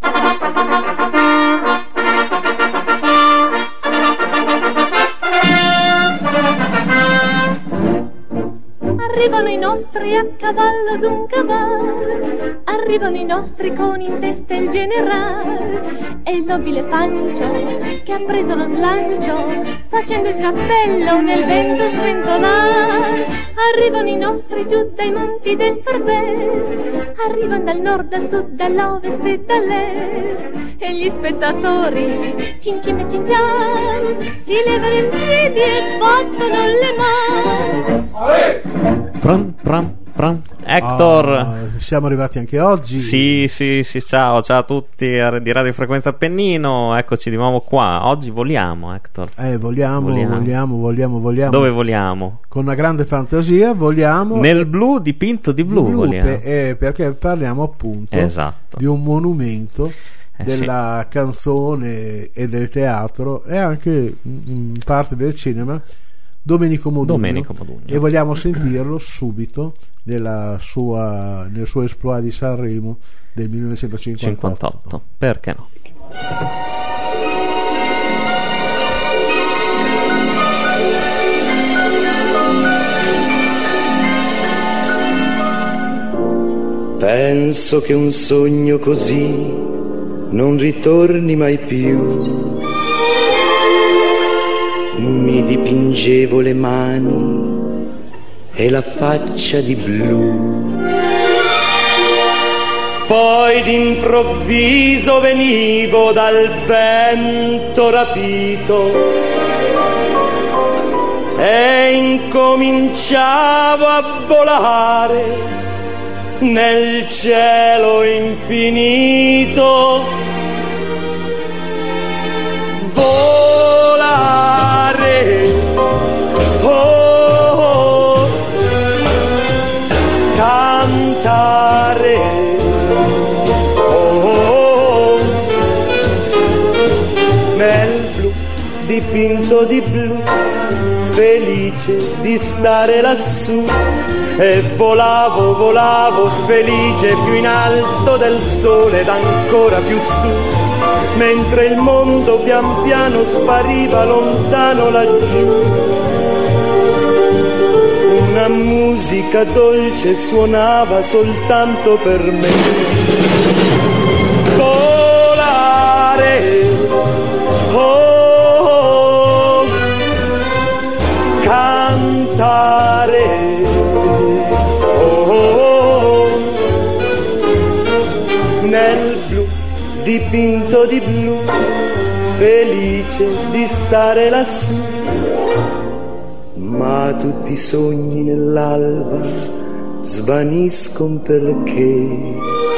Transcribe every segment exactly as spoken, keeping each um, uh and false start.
Arrivano i nostri a cavallo d'un cavallo, arrivano i nostri con in testa il generale e il nobile Pancio che ha preso lo slancio facendo il cappello nel vento sventolare. Arrivano i nostri giù dai monti del Forbes, arrivano dal nord, dal sud, dall'ovest e dall'est e gli spettatori cin cin e cincian si levano in piedi e battono le mani. Pram, pram, pram. Hector, oh, siamo arrivati anche oggi. Sì, sì, sì, ciao, ciao a tutti di Radio Frequenza Appennino. Eccoci di nuovo qua. Oggi voliamo, Hector. Eh, voliamo, voliamo, voliamo, voliamo, voliamo. Dove voliamo? Con una grande fantasia voliamo nel blu dipinto di blu, di blu voliamo. Per, eh, perché parliamo appunto esatto. di un monumento eh, della sì. canzone e del teatro e anche in parte del cinema, Domenico Modugno, Domenico Modugno. E vogliamo sentirlo subito nella sua, nel suo exploit di Sanremo del millenovecentocinquantotto. cinquantotto. Perché no? Penso che un sogno così non ritorni mai più. Mi dipingevo le mani e la faccia di blu. Poi d'improvviso venivo dal vento rapito e incominciavo a volare nel cielo infinito. Volare, oh, oh, cantare, oh, oh, nel blu dipinto di blu, felice di stare lassù. E volavo, volavo felice più in alto del sole ed ancora più su, mentre il mondo pian piano spariva lontano laggiù. Una musica dolce suonava soltanto per me. Volare, oh, oh, cantare, nel blu dipinto di blu, felice di stare lassù. Ma tutti i sogni nell'alba svaniscono perché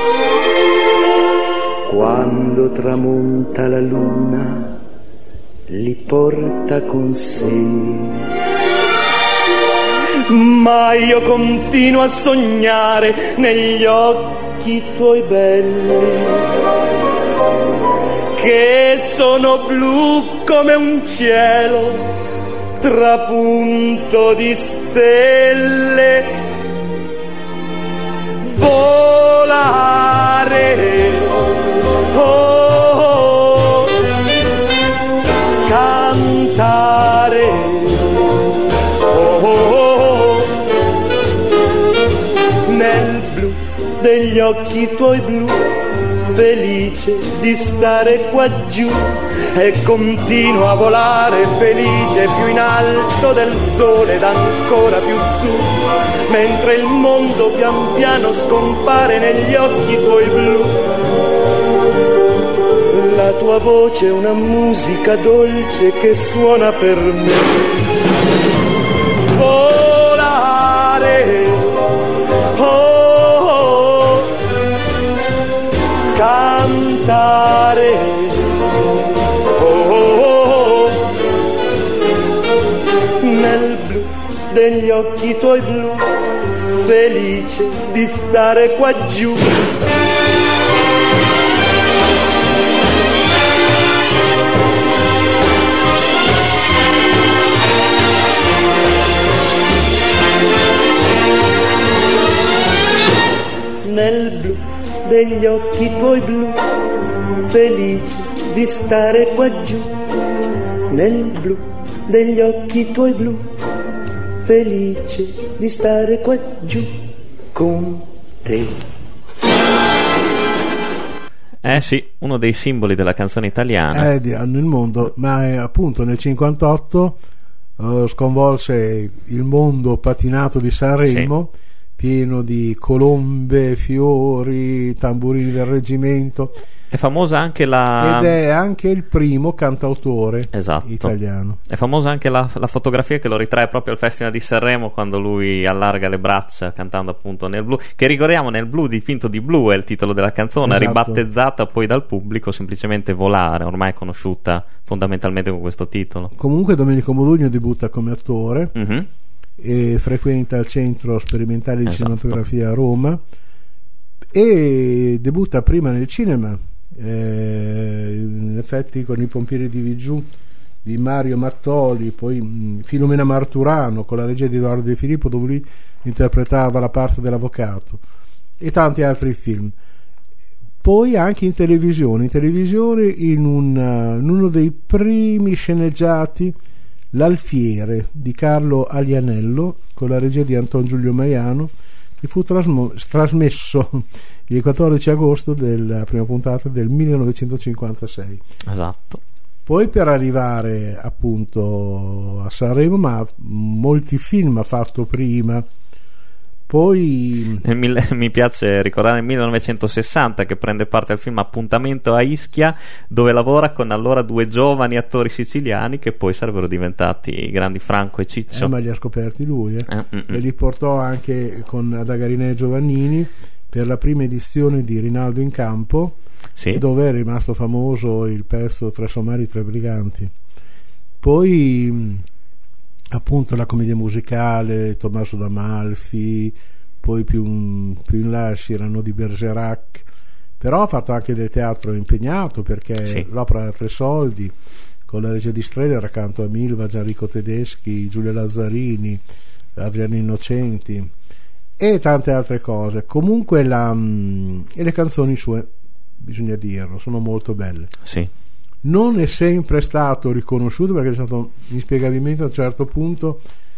quando tramonta la luna li porta con sé. Ma io continuo a sognare negli occhi tuoi belli, che sono blu come un cielo trapunto di stelle. Volare, oh, oh, cantare, oh, oh, nel blu degli occhi tuoi blu, felice di stare qua giù. E continuo a volare felice più in alto del sole ed ancora più su, mentre il mondo pian piano scompare negli occhi tuoi blu. La tua voce è una musica dolce che suona per me. Volare, oh, oh, cantare, nel blu degli occhi tuoi blu, felice di stare qua giù. nel blu degli occhi tuoi blu, felice di stare qua giù, nel blu degli occhi tuoi blu, felice di stare qua giù con te. Eh sì, uno dei simboli della canzone italiana. Eh, nel mondo, ma eh, appunto nel cinquantotto eh, sconvolse il mondo patinato di Sanremo, sì, pieno di colombe, fiori, tamburini del reggimento. È famosa anche la... Ed è anche il primo cantautore, esatto, italiano. È famosa anche la, la fotografia che lo ritrae proprio al Festival di Sanremo, quando lui allarga le braccia cantando appunto nel blu, che ricordiamo nel blu dipinto di blu è il titolo della canzone, esatto, ribattezzata poi dal pubblico semplicemente Volare, ormai conosciuta fondamentalmente con questo titolo. Comunque Domenico Modugno debutta come attore, mm-hmm, e frequenta il Centro Sperimentale di, esatto, Cinematografia a Roma, e debutta prima nel cinema, eh, in effetti con I Pompieri di Vigiù di Mario Mattoli, poi mh, Filomena Marturano con la regia di Edoardo De Filippo, dove lui interpretava la parte dell'avvocato, e tanti altri film. Poi anche in televisione in televisione in, un, uh, in uno dei primi sceneggiati, L'Alfiere di Carlo Alianello con la regia di Anton Giulio Maiano, che fu trasmo- trasmesso il quattordici agosto della prima puntata del millenovecentocinquantasei. Esatto. Poi per arrivare appunto a Sanremo, ma molti film ha fatto prima. Poi mi, mi piace ricordare nel millenovecentosessanta che prende parte al film Appuntamento a Ischia, dove lavora con allora due giovani attori siciliani che poi sarebbero diventati i grandi Franco e Ciccio. Eh, ma li ha scoperti lui, eh. Eh, e li portò anche con Adagarinè e Giovannini per la prima edizione di Rinaldo in Campo, sì, dove è rimasto famoso il pezzo Tre somari, tre briganti. Poi appunto la commedia musicale, Tommaso d'Amalfi, poi più, più in là Cyrano di Bergerac, però ha fatto anche del teatro impegnato, perché sì, l'opera da tre soldi con la regia di Streller accanto a Milva, Gianrico Tedeschi, Giulia Lazzarini, Adriano Innocenti e tante altre cose. Comunque la, mh, e le canzoni sue, bisogna dirlo, sono molto belle. Sì. Non è sempre stato riconosciuto, perché c'è stato inspiegabilmente a un certo punto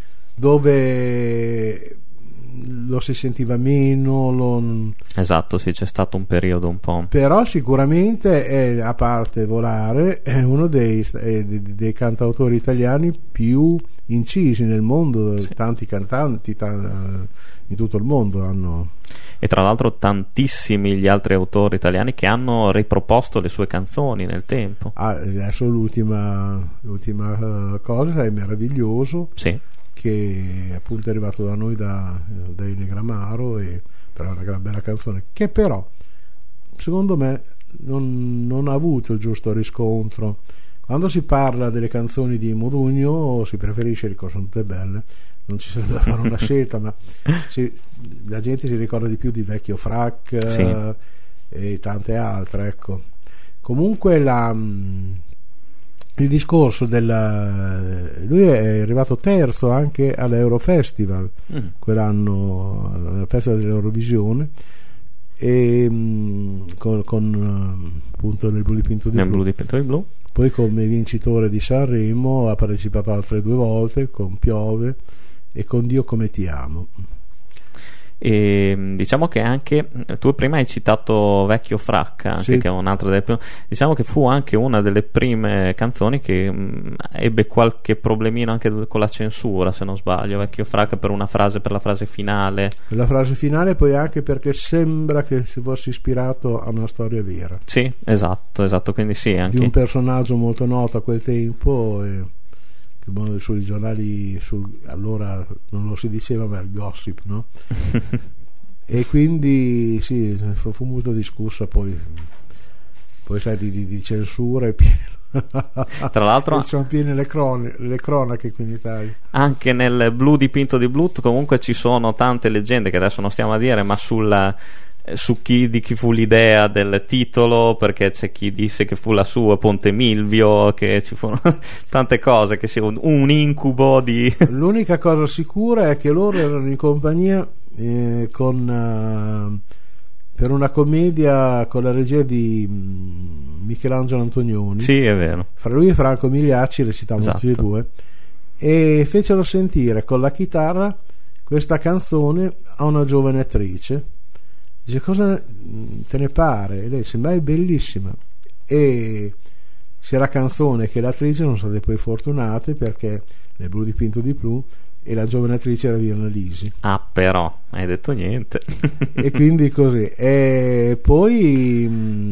dove lo si sentiva meno, lo... esatto, sì, c'è stato un periodo un po', però sicuramente è, a parte Volare, è uno dei, è dei, dei cantautori italiani più incisi nel mondo, sì, tanti cantanti t- in tutto il mondo hanno, e tra l'altro tantissimi gli altri autori italiani che hanno riproposto le sue canzoni nel tempo. Ah, adesso l'ultima, l'ultima cosa è Meraviglioso, sì, che appunto è arrivato da noi da, da Inegramaro, e però è una gran bella canzone, che però secondo me non, non ha avuto il giusto riscontro. Quando si parla delle canzoni di Modugno si preferisce le cose, sono tutte belle, non ci sarebbe da fare una scelta, ma si, la gente si ricorda di più di Vecchio Frac, sì, eh, e tante altre, ecco. Comunque la, il discorso della, lui è arrivato terzo anche all'Eurofestival, mm. quell'anno, al Festival dell'Eurovisione, e con, con appunto nel Blu dipinto di nel blu. Blu dipinto di blu. Poi come vincitore di Sanremo ha partecipato altre due volte con Piove e con Dio come ti amo. E diciamo che anche tu prima hai citato Vecchio Frac, anche, sì, che è un'altra delle prime, diciamo che fu anche una delle prime canzoni che mh, ebbe qualche problemino anche con la censura, se non sbaglio, Vecchio Frac, per una frase, per la frase finale, per la frase finale, poi anche perché sembra che si fosse ispirato a una storia vera, sì, esatto, esatto, quindi sì, anche di un personaggio molto noto a quel tempo, e sui giornali sul, allora non lo si diceva, ma il gossip, no? E quindi sì, fu, fu molto discussa, poi poi sai di, di, di censura e pieno. Tra l'altro sono piene le, crone, le cronache qui in Italia. Anche nel Blu dipinto di blu comunque ci sono tante leggende che adesso non stiamo a dire, ma sulla su chi, di chi fu l'idea del titolo, perché c'è chi disse che fu la sua Ponte Milvio, che ci furono tante cose, che sia un, un incubo di l'unica cosa sicura è che loro erano in compagnia eh, con uh, per una commedia con la regia di Michelangelo Antonioni. Sì, è vero. Fra lui e Franco Migliacci recitavano Esatto. tutti e due, e fecero sentire con la chitarra questa canzone a una giovane attrice. Dice: cosa te ne pare? E lei dice: ma è bellissima. E sia la canzone che l'attrice sono state poi fortunate, perché nel Blu dipinto di blu e la giovane attrice era Virna Lisi. Ah, però hai detto niente. E quindi così. E poi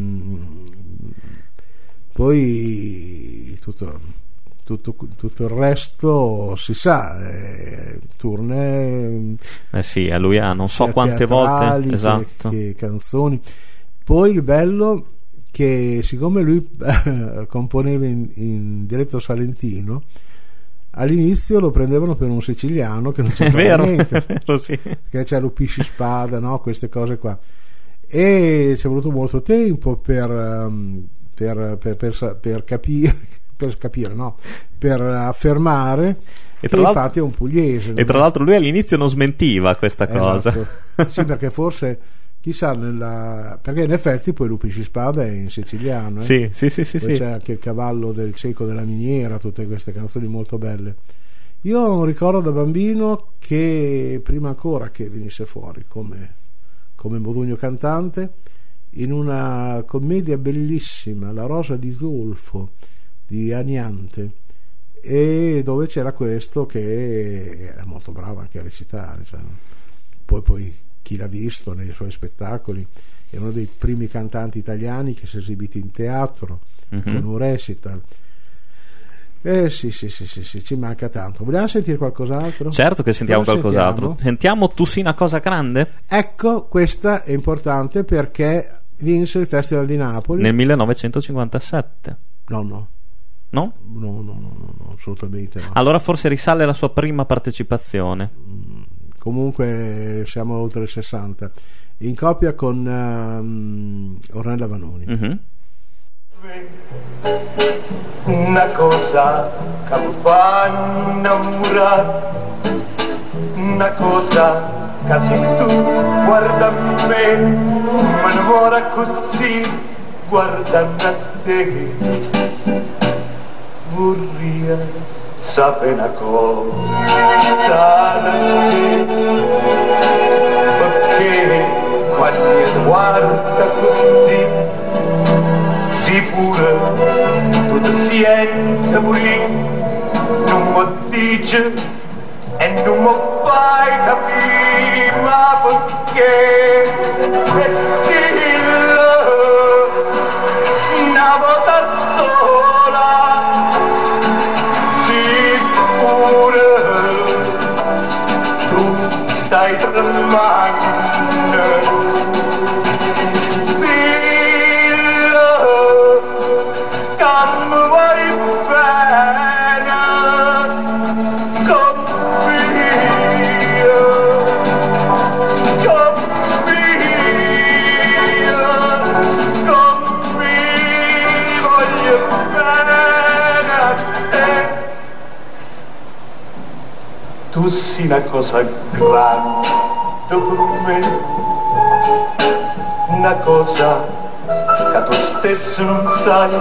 poi tutto, tutto, tutto il resto si sa, eh, tournée, eh sì, a lui ha non so quante volte, che, esatto, che canzoni. Poi il bello che siccome lui componeva in, in dialetto salentino, all'inizio lo prendevano per un siciliano che non c'entrava niente, è vero, sì. Che c'è l'upisci spada, no? Queste cose qua, e ci è voluto molto tempo per um, per, per, per, per capire per capire no per affermare e che infatti è un pugliese, e tra l'altro lui all'inizio non smentiva questa cosa. Esatto. Sì, perché forse chissà nella... perché in effetti poi l'upisci spada è in siciliano, eh? Sì, sì, sì, sì, poi sì. c'è anche il cavallo del cieco della miniera, tutte queste canzoni molto belle. Io ho un ricordo da bambino che prima ancora che venisse fuori come, come Modugno cantante, in una commedia bellissima, La rosa di Zolfo di Aniante, e dove c'era questo che era molto bravo anche a recitare, cioè, poi poi chi l'ha visto nei suoi spettacoli, è uno dei primi cantanti italiani che si è esibito in teatro, mm-hmm. con un recital. Eh sì, sì, sì, sì, sì, ci manca tanto. Vogliamo sentire qualcos'altro? Certo che sentiamo Cosa qualcos'altro. Sentiamo? Sentiamo Tu sei una cosa grande? Ecco, questa è importante perché vinse il Festival di Napoli nel millenovecentocinquantasette. No, no. No? No, no, no, no, no, assolutamente no. Allora forse risale alla sua prima partecipazione. Mm, comunque siamo oltre il sessanta. In coppia con um, Ornella Vanoni. Mm-hmm. Una cosa che mi fa innamorare, una cosa che se tu guarda me, mi innamora così, guardando a te. Vorrei sapere una cosa da te, perché quando mi guarda così, sicuro tu ti senti morire, non mi dici e non mi fai capire, ma perché? Perché una volta sola, sicuro tu stai tremando. Tu sei una cosa grande per me, una cosa che tu stesso non sai,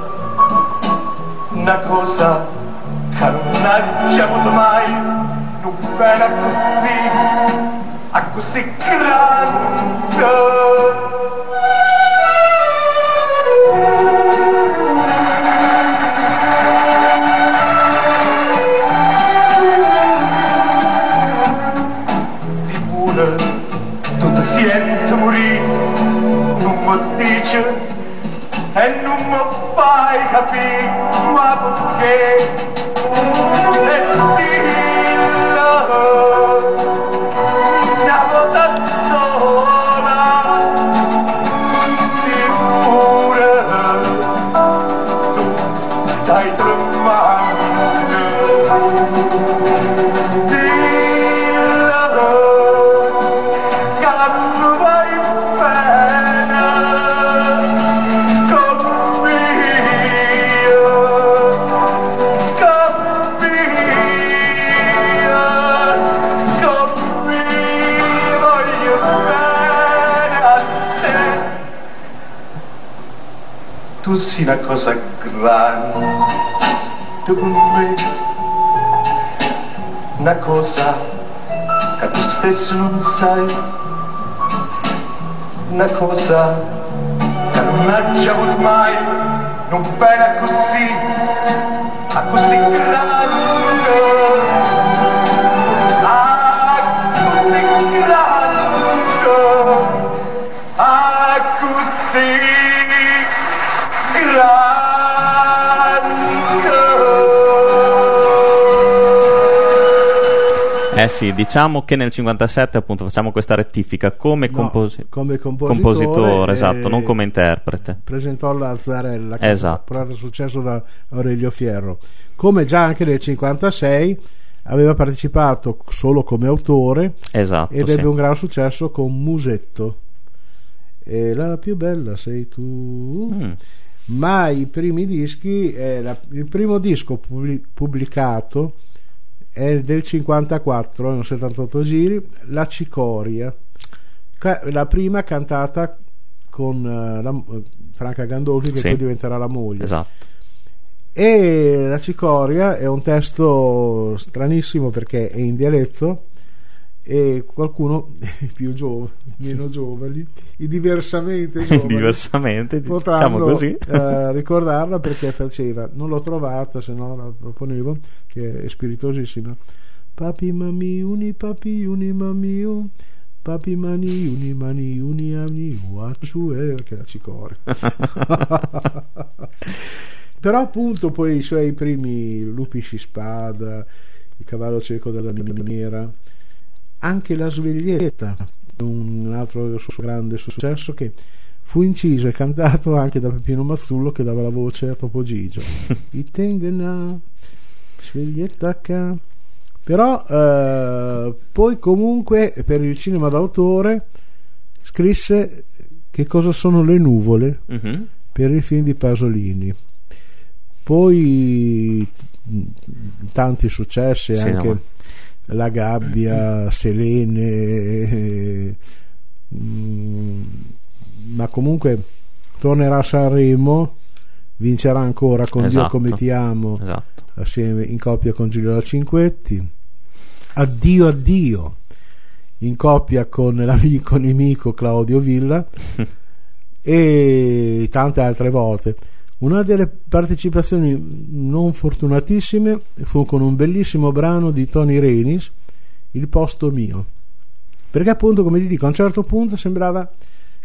una cosa che non hai avuto mai, non bene così, a così grande. Sento morire, non mi dice e non mi fai capire, ma perché? E dillo una volta sola, sicura tu stai tremando. tu sei una cosa grande per me, una cosa che tu stesso non sai, una cosa che non ha già avuto mai, non bella così, a così grande, a così grande, a così grande. Eh sì, diciamo che nel cinquantasette appunto facciamo questa rettifica come, no, composi- come compositore, compositore esatto, non come interprete. Presentò la Zarella, che esatto. ha portato successo da Aurelio Fierro. Come già anche nel cinquantasei aveva partecipato solo come autore, esatto, ed sì. ebbe un gran successo con Musetto. E la più bella sei tu. Mm. Ma i primi dischi, eh, la, il primo disco pubblicato è del cinquantaquattro, in settantotto giri, La Cicoria, la prima cantata con uh, la, uh, Franca Gandolfi, che sì. poi diventerà la moglie. Esatto. E La Cicoria è un testo stranissimo perché è in dialetto e qualcuno più giovane, meno giovani, i diversamente giovani diversamente potranno diciamo così. uh, ricordarla, perché faceva, non l'ho trovata, se no la proponevo, che è spiritosissima. Papi mami uni papi uni mami un papi mani uni mani uni ami uacciue, che la Cicoria. Però appunto poi i suoi primi Lupi si spada, Il cavallo cieco della miniera, anche La Sveglietta, un altro suo grande successo, che fu inciso e cantato anche da Peppino Mazzullo, che dava la voce a Topo Gigio. I tengena sveglietta ca. Però eh, poi comunque per il cinema d'autore scrisse Che cosa sono le nuvole, uh-huh. per il film di Pasolini. Poi tanti successi, sì, anche no. La gabbia, Selene, eh, mh, ma comunque tornerà a Sanremo, vincerà ancora con esatto. Dio come ti amo, esatto. assieme in coppia con Giulio Cinquetti. Addio addio in coppia con l'amico nemico Claudio Villa e tante altre volte. Una delle partecipazioni non fortunatissime fu con un bellissimo brano di Tony Renis, Il posto mio, perché appunto, come ti dico, a un certo punto sembrava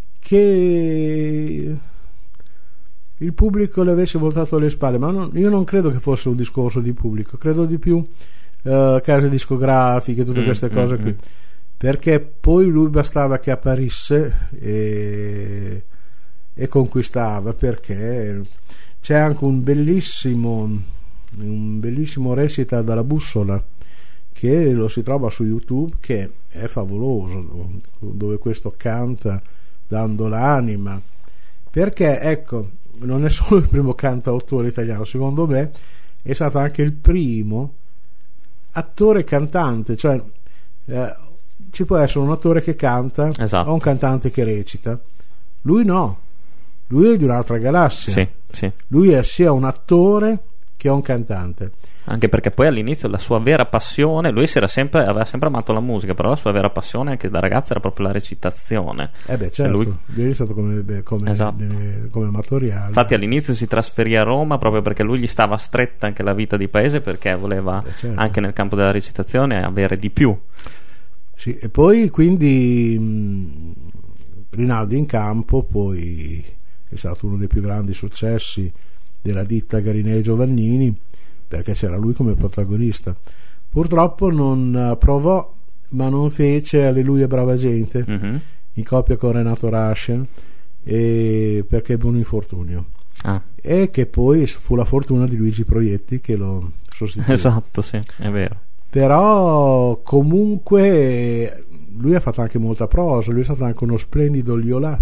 che il pubblico le avesse voltato le spalle, ma non, io non credo che fosse un discorso di pubblico, credo di più uh, case discografiche, tutte queste mm, cose mm, qui, perché poi lui bastava che apparisse e, e conquistava, perché c'è anche un bellissimo un bellissimo recital dalla Bussola, che lo si trova su YouTube, che è favoloso, dove questo canta dando l'anima, perché ecco, non è solo il primo cantautore italiano, secondo me è stato anche il primo attore cantante, cioè eh, ci può essere un attore che canta, esatto. o un cantante che recita, lui no, lui è di un'altra galassia, sì, sì. Lui è sia un attore che un cantante, anche perché poi all'inizio la sua vera passione, lui si era sempre, aveva sempre amato la musica, però la sua vera passione anche da ragazzo era proprio la recitazione. Eh beh, certo, lui, lui è stato come, come, esatto. come amatoriale. Infatti all'inizio si trasferì a Roma proprio perché lui gli stava stretta anche la vita di paese, perché voleva beh, certo. anche nel campo della recitazione avere di più. Sì, e poi quindi mh, Rinaldi in campo poi è stato uno dei più grandi successi della ditta Garinei Giovannini, perché c'era lui come protagonista. Purtroppo non provò, ma non fece Alleluia brava gente, uh-huh. in coppia con Renato Rascher, e perché ebbe un infortunio, ah. e che poi fu la fortuna di Luigi Proietti che lo sostituì. Esatto, sì, è vero. Però comunque lui ha fatto anche molta prosa, lui è stato anche uno splendido liolà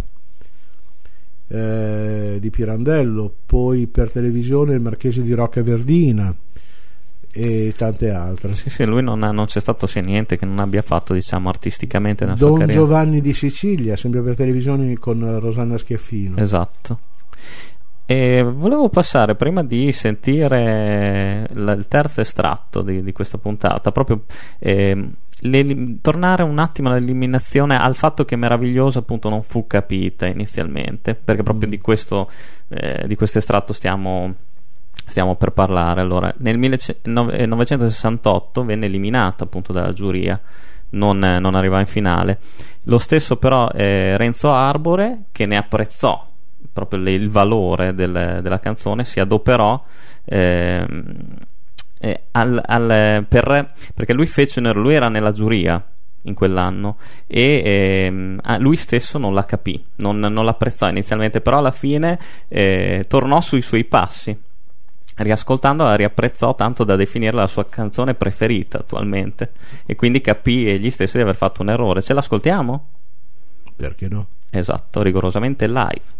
eh, di Pirandello, poi per televisione il Marchese di Roccaverdina e tante altre. Sì, sì, lui non, ha, non c'è stato sia niente che non abbia fatto, diciamo, artisticamente nella Don sua carriera. Giovanni di Sicilia, sempre per televisione con Rosanna Schiaffino. Esatto. E volevo passare, prima di sentire l- il terzo estratto di, di questa puntata, proprio eh, le, tornare un attimo all'eliminazione, al fatto che Meraviglioso appunto non fu capita inizialmente, perché proprio di questo eh, di questo estratto stiamo stiamo per parlare. Allora, nel millenovecentosessantotto venne eliminata appunto dalla giuria, non, non arrivò in finale. Lo stesso però eh, Renzo Arbore, che ne apprezzò proprio le, il valore del, della canzone, si adoperò eh, eh, al, al, per, perché lui fece lui era nella giuria in quell'anno e eh, lui stesso non la capì, non, non l'apprezzò inizialmente, però alla fine eh, tornò sui suoi passi, riascoltandola la riapprezzò tanto da definirla la sua canzone preferita attualmente, e quindi capì egli stesso di aver fatto un errore. Ce l'ascoltiamo? Perché no? Esatto, rigorosamente live.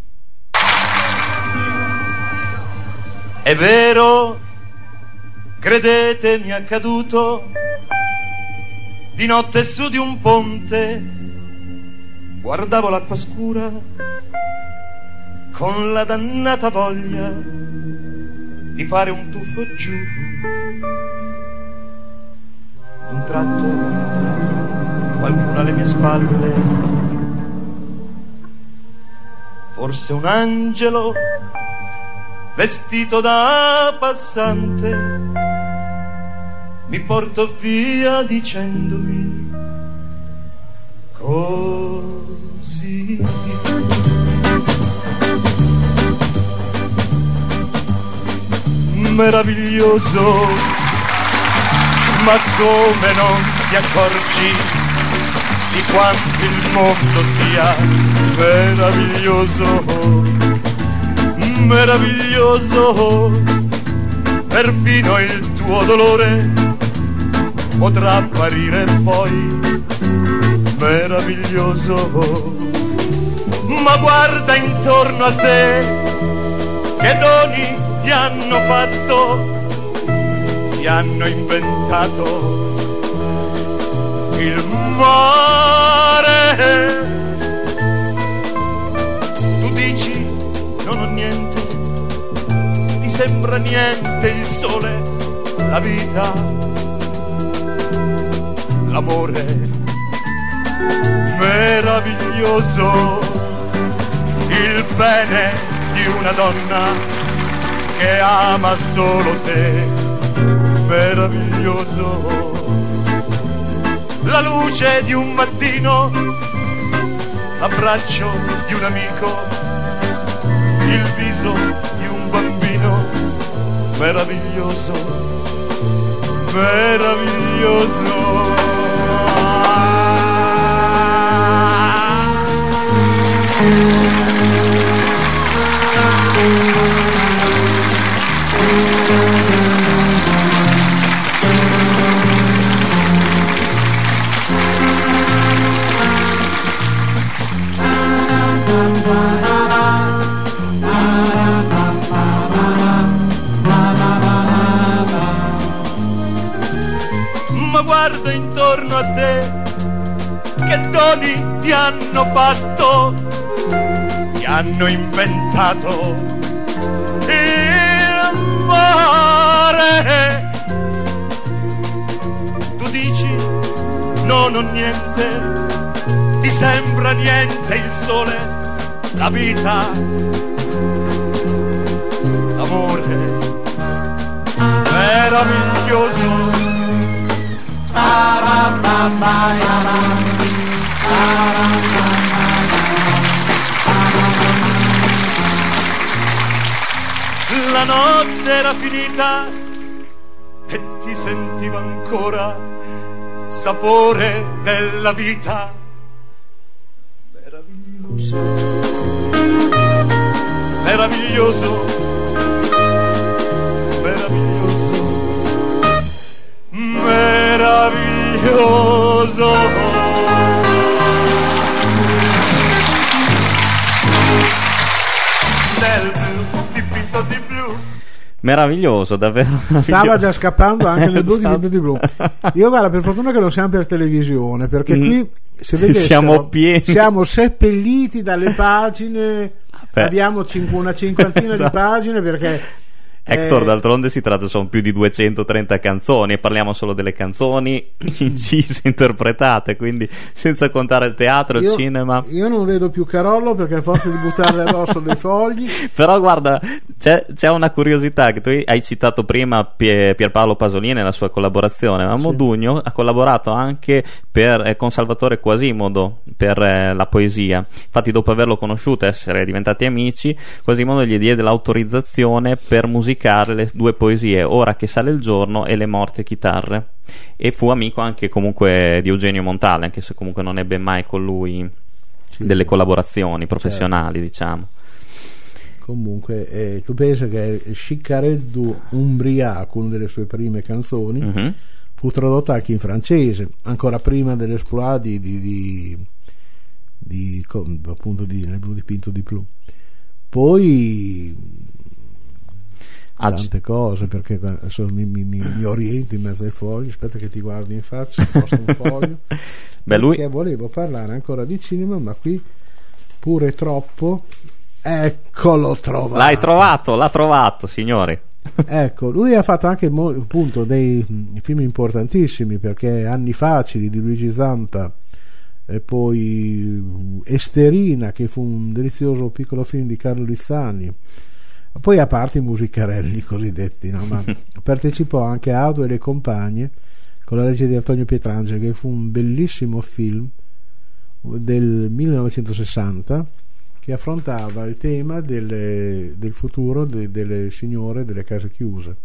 È vero, credete, mi è accaduto di notte su di un ponte, guardavo l'acqua scura con la dannata voglia di fare un tuffo giù. Un tratto, qualcuno alle mie spalle, forse un angelo vestito da passante, mi portò via dicendomi così. Meraviglioso, ma come non ti accorgi di quanto il mondo sia meraviglioso? Meraviglioso, perfino il tuo dolore potrà apparire poi meraviglioso. Ma guarda intorno a te, che doni ti hanno fatto, ti hanno inventato il mare. Tu dici non ho niente, ti sembra niente il sole, la vita, l'amore. Meraviglioso il bene di una donna che ama solo te. Meraviglioso la luce di un mattino, l'abbraccio di un amico, il viso di un bambino. Meraviglioso, meraviglioso. Ma guarda intorno a te, che doni ti hanno fatto, ti hanno inventato il mare. Tu dici non ho niente, ti sembra niente il sole, la vita, l'amore. Meraviglioso. La notte era finita e ti sentiva ancora sapore della vita. Meraviglioso, meraviglioso, meraviglioso, meraviglioso. meraviglioso, davvero meraviglioso. Stava già scappando anche nel blu di Esatto. Pinto di Blu. Io guarda, per fortuna che non siamo per televisione, perché Mm. qui se vedessero, Siamo pieni. siamo seppelliti dalle pagine. Beh. Abbiamo cinqu- una cinquantina Esatto. di pagine perché Hector, eh, d'altronde si tratta, sono più di duecentotrenta canzoni e parliamo solo delle canzoni incise, interpretate, quindi senza contare il teatro, il io, cinema. io non vedo più Carollo perché a forza di buttarle addosso dei fogli. Però guarda, c'è, c'è una curiosità che tu hai citato prima Pie- Pierpaolo Pasolini e la sua collaborazione, ma Sì. Modugno ha collaborato anche per, eh, con Salvatore Quasimodo per eh, la poesia. Infatti dopo averlo conosciuto e essere diventati amici, Quasimodo gli diede l'autorizzazione per musicare le due poesie Ora che sale il giorno e Le morte chitarre, e fu amico anche comunque di Eugenio Montale, anche se comunque non ebbe mai con lui Sì. delle collaborazioni professionali, diciamo. Comunque eh, tu pensi che Sciccareddu Umbriaco, una delle sue prime canzoni, Mhm. fu tradotta anche in francese ancora prima dell'esploit di, di, di, di co- appunto di Nel blu dipinto di blu. Poi Ah, tante cose, perché adesso mi, mi, mi, mi oriento in mezzo ai fogli. Aspetta che ti guardi in faccia, posto un foglio. Beh, lui- perché volevo parlare ancora di cinema, ma qui pure troppo. Eccolo trovato. L'hai trovato, l'ha trovato, signori. Ecco, lui ha fatto anche mo- appunto dei mh, film importantissimi, perché Anni facili di Luigi Zampa, e poi mh, Esterina, che fu un delizioso piccolo film di Carlo Lizzani. Poi, a parte i musicarelli cosiddetti, no? Ma partecipò anche a Auto e le compagne con la regia di Antonio Pietrangeli, che fu un bellissimo film del millenovecentosessanta che affrontava il tema delle, del futuro de, delle signore delle case chiuse.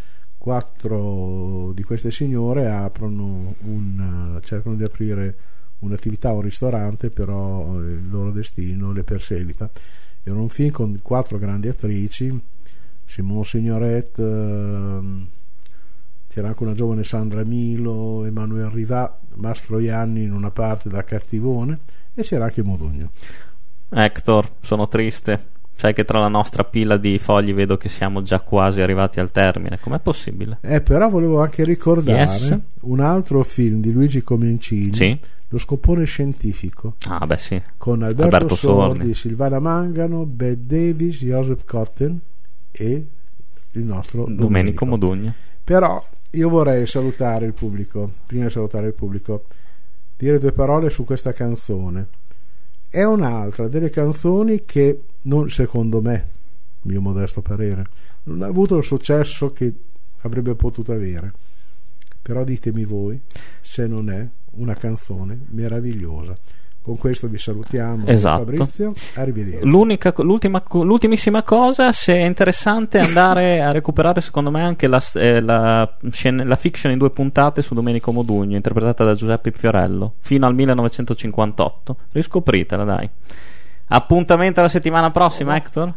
Quattro di queste signore aprono un, cercano di aprire un'attività, un ristorante, però il loro destino le perseguita. Era un film con quattro grandi attrici, Simone Signoret, ehm, c'era anche una giovane Sandra Milo, Emanuele Rivà, Mastroianni in una parte da cattivone, e c'era anche Modugno. Hector, sono triste. Sai che tra la nostra pila di fogli vedo che siamo già quasi arrivati al termine. Com'è possibile? Eh, però volevo anche ricordare Yes. un altro film di Luigi Comencini, Sì. Lo scopone scientifico, Ah, beh, sì. con Alberto, Alberto Sordi, Sordi. Silvana Mangano, Bette Davis, Joseph Cotten e il nostro Domenico, Domenico. Modugno. Però io vorrei salutare il pubblico, prima di salutare il pubblico, dire due parole su questa canzone. È un'altra delle canzoni che, non, secondo me, mio modesto parere, non ha avuto il successo che avrebbe potuto avere. Però ditemi voi se non è una canzone meravigliosa. Con questo vi salutiamo. Esatto. Fabrizio, arrivederci. L'unica, l'ultima, l'ultimissima cosa, se è interessante andare a recuperare, secondo me, anche la, eh, la, scena- la fiction in due puntate su Domenico Modugno, interpretata da Giuseppe Fiorello, fino al millenovecentocinquantotto. Riscopritela, dai. Appuntamento alla settimana prossima, Hector.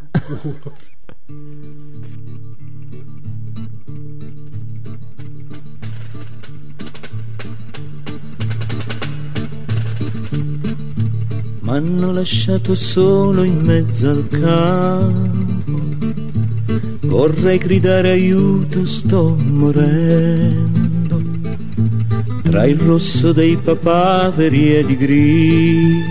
M'hanno lasciato solo in mezzo al campo, vorrei gridare aiuto, sto morendo, tra il rosso dei papaveri ed i grilli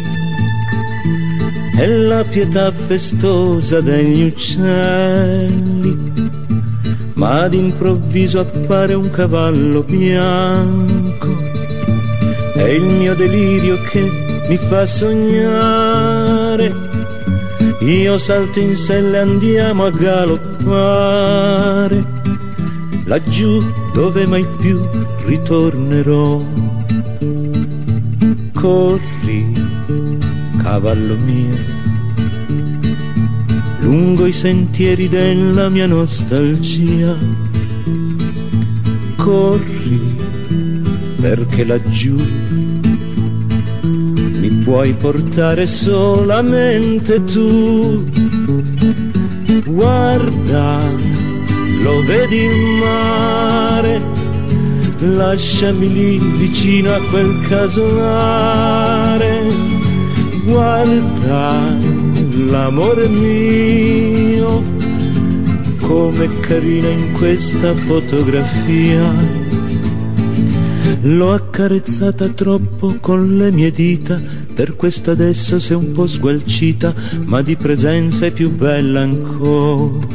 e la pietà festosa degli uccelli, ma d'improvviso appare un cavallo bianco, è il mio delirio che mi fa sognare. Io salto in sella e andiamo a galoppare laggiù dove mai più ritornerò. Corri, cavallo mio, lungo i sentieri della mia nostalgia. Corri, perché laggiù mi puoi portare solamente tu. Guarda, lo vedi il mare, lasciami lì vicino a quel casolare. Guarda, l'amore mio, come carina in questa fotografia. L'ho accarezzata troppo con le mie dita, per questo adesso sei un po' sgualcita, ma di presenza è più bella ancora.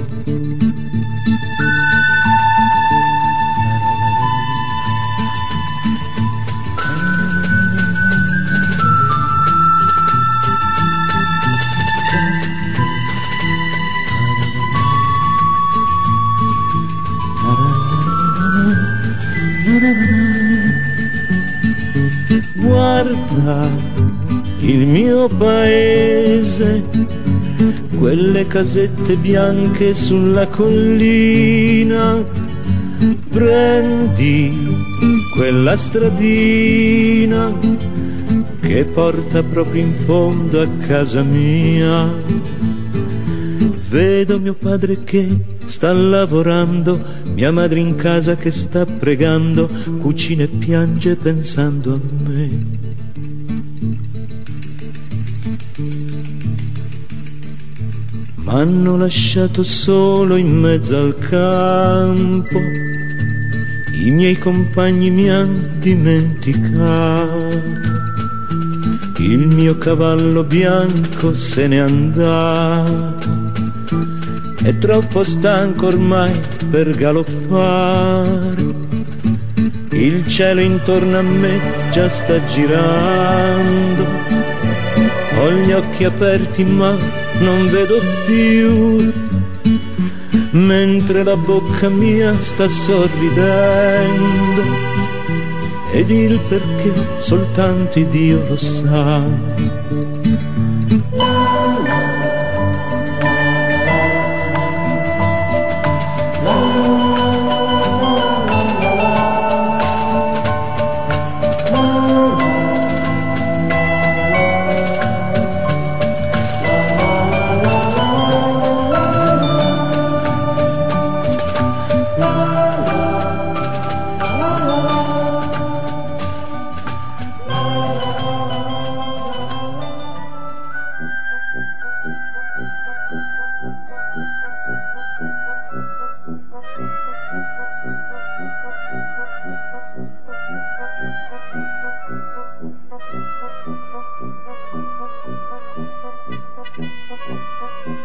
Guarda il mio paese, quelle casette bianche sulla collina, prendi quella stradina che porta proprio in fondo a casa mia. Vedo mio padre che sta lavorando, mia madre in casa che sta pregando, cucina e piange pensando a me. M'hanno lasciato solo in mezzo al campo, i miei compagni mi han dimenticato, il mio cavallo bianco se n'è andato, è troppo stanco ormai per galoppare, il cielo intorno a me già sta girando, ho gli occhi aperti ma non vedo più, mentre la bocca mia sta sorridendo, ed il perché soltanto Dio lo sa. Thank you.